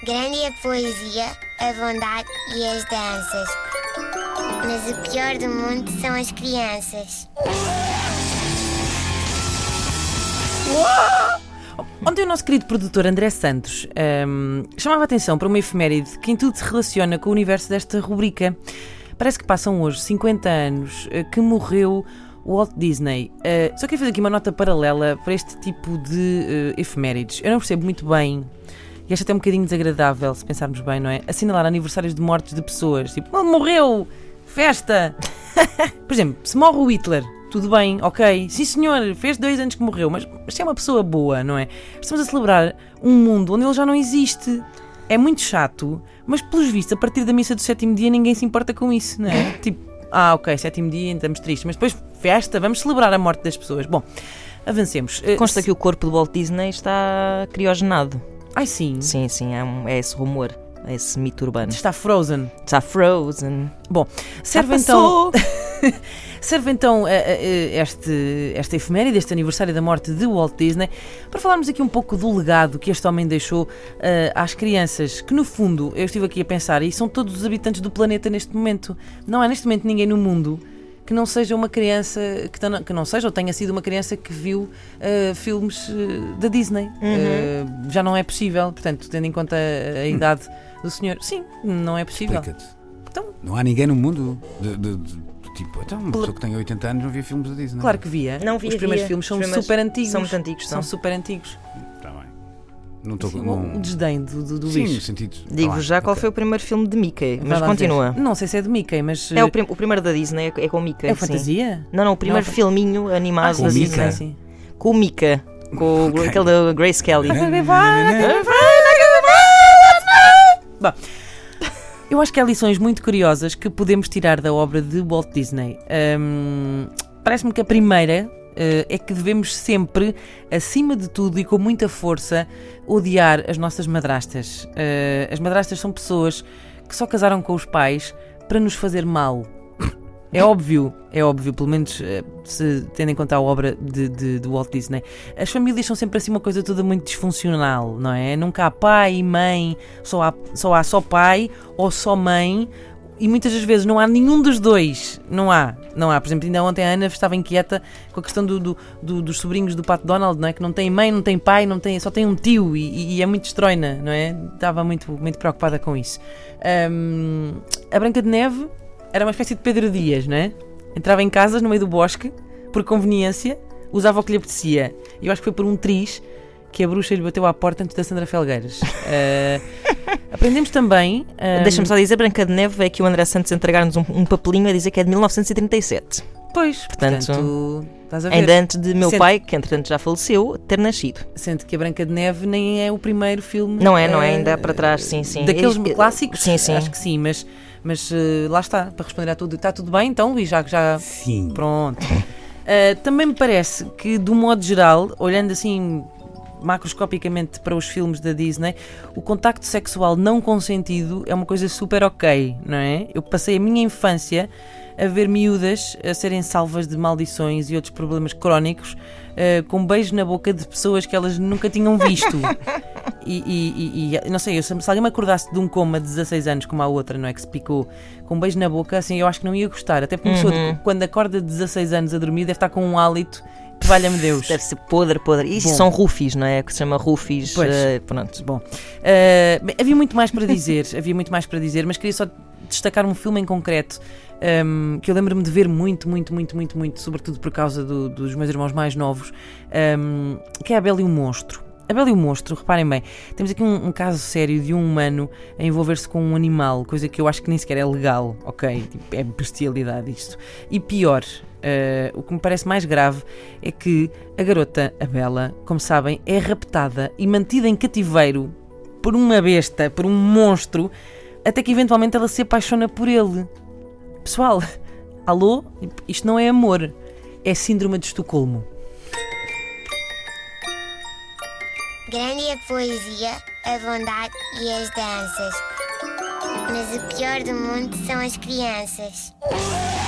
Grande é a poesia, a bondade e as danças. Mas o pior do mundo são as crianças. Ontem o nosso querido produtor André Santos chamava a atenção para uma efeméride que em tudo se relaciona com o universo desta rubrica. Parece que passam hoje 50 anos que morreu o Walt Disney. Só queria fazer aqui uma nota paralela para este tipo de efemérides. Eu não percebo muito bem, e acho até um bocadinho desagradável, se pensarmos bem, não é? Assinalar aniversários de mortes de pessoas. Tipo, morreu! Festa! Por exemplo, se morre o Hitler, tudo bem, ok. Sim senhor, fez 2 anos que morreu, mas se é uma pessoa boa, não é? Estamos a celebrar um mundo onde ele já não existe. É muito chato, mas pelos vistos, a partir da missa do 7º dia ninguém se importa com isso, não é? Tipo, ok, 7º dia, estamos tristes, mas depois festa, vamos celebrar a morte das pessoas. Bom, avancemos. Consta que o corpo do Walt Disney está criogenado. Ai sim? Sim, é esse rumor, é esse mito urbano. Está frozen. Está frozen. Bom, serve então esta efeméride, este aniversário da morte de Walt Disney, para falarmos aqui um pouco do legado que este homem deixou às crianças, que no fundo, eu estive aqui a pensar, e são todos os habitantes do planeta neste momento. Não há neste momento ninguém no mundo que não seja uma criança, que não seja ou tenha sido uma criança que viu filmes da Disney. Já não é possível, portanto, tendo em conta a idade do senhor, sim, não é possível. Explica-te. Então, não há ninguém no mundo tipo, então uma pessoa que tem 80 anos não via filmes da Disney. Claro que via. Não via. Os primeiros filmes são super antigos. São muito antigos. São super antigos. Está bem. Não estou O desdém do Sim, bicho. no sentido. Digo já qual foi o primeiro filme de Mickey, mas continua. Não sei se é de Mickey, mas... É o primeiro da Disney, é com o Mickey. É sim. Fantasia? Não, o primeiro filminho animado da Mickey. Disney. Sim. Com o Mika. Com aquele da Grace Kelly. Bom, eu acho que há lições muito curiosas que podemos tirar da obra de Walt Disney. Parece-me que a primeira é que devemos sempre, acima de tudo e com muita força, odiar as nossas madrastas. As madrastas são pessoas que só casaram com os pais para nos fazer mal. É óbvio, pelo menos se tendo em conta a obra de Walt Disney. As famílias são sempre assim uma coisa toda muito disfuncional, não é? Nunca há pai e mãe, só há só pai ou só mãe, e muitas das vezes não há nenhum dos dois. Não há. Por exemplo, ainda ontem a Ana estava inquieta com a questão dos sobrinhos do Pato Donald, não é? Que não tem mãe, não tem pai, só tem um tio e é muito estróina, não é? Estava muito, muito preocupada com isso. A Branca de Neve era uma espécie de Pedro Dias, não é? Entrava em casas no meio do bosque, por conveniência, usava o que lhe apetecia. E eu acho que foi por um triz que a bruxa lhe bateu à porta antes da Sandra Felgueiras. Aprendemos também... Deixa-me só dizer, Branca de Neve, é que o André Santos entregar-nos um papelinho a dizer que é de 1937. Pois, portanto estás a ver. Ainda antes de meu pai, que entretanto já faleceu, ter nascido. Sendo que a Branca de Neve nem é o primeiro filme... Não é ainda para trás, sim. Daqueles clássicos? Sim. Acho que sim, mas lá está, para responder a tudo. Está tudo bem então, Luís? Já... Sim. Pronto. Também me parece que, de um modo geral, olhando assim macroscopicamente para os filmes da Disney, o contacto sexual não consentido é uma coisa super ok, não é? Eu passei a minha infância a ver miúdas a serem salvas de maldições e outros problemas crónicos com beijos na boca de pessoas que elas nunca tinham visto. E não sei, se alguém me acordasse de um coma de 16 anos como a outra, não é? Que se picou com um beijo na boca, assim, eu acho que não ia gostar. Até porque uma pessoa, quando acorda de 16 anos a dormir, deve estar com um hálito que valha-me Deus. Deve ser podre. Isso são rufis, não é? Que se chama rufis. Pronto. Bom, havia muito mais para dizer, mas queria só destacar um filme em concreto que eu lembro-me de ver muito, sobretudo por causa dos meus irmãos mais novos, que é A Bela e o Monstro. A Bela e o Monstro, reparem bem, temos aqui um caso sério de um humano a envolver-se com um animal, coisa que eu acho que nem sequer é legal, ok? É bestialidade isto. E pior, o que me parece mais grave é que a garota, a Bela, como sabem, é raptada e mantida em cativeiro por uma besta, por um monstro, até que eventualmente ela se apaixona por ele. Pessoal, alô? Isto não é amor, é síndrome de Estocolmo. Grande é a poesia, a bondade e as danças. Mas o pior do mundo são as crianças.